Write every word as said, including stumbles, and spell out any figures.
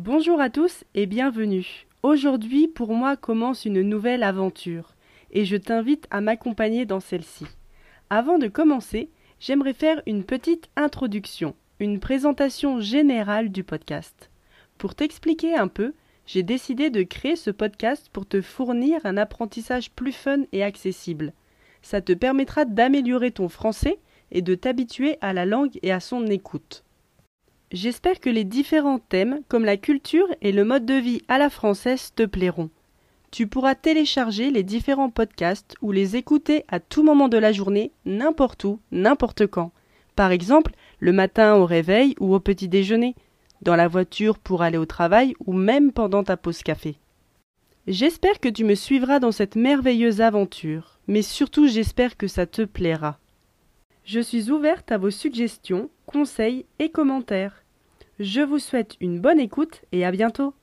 Bonjour à tous et bienvenue. Aujourd'hui, pour moi, commence une nouvelle aventure et je t'invite à m'accompagner dans celle-ci. Avant de commencer, j'aimerais faire une petite introduction, une présentation générale du podcast. Pour t'expliquer un peu, j'ai décidé de créer ce podcast pour te fournir un apprentissage plus fun et accessible. Ça te permettra d'améliorer ton français et de t'habituer à la langue et à son écoute. J'espère que les différents thèmes, comme la culture et le mode de vie à la française, te plairont. Tu pourras télécharger les différents podcasts ou les écouter à tout moment de la journée, n'importe où, n'importe quand. Par exemple, le matin au réveil ou au petit déjeuner, dans la voiture pour aller au travail ou même pendant ta pause café. J'espère que tu me suivras dans cette merveilleuse aventure, mais surtout j'espère que ça te plaira. Je suis ouverte à vos suggestions, conseils et commentaires. Je vous souhaite une bonne écoute et à bientôt.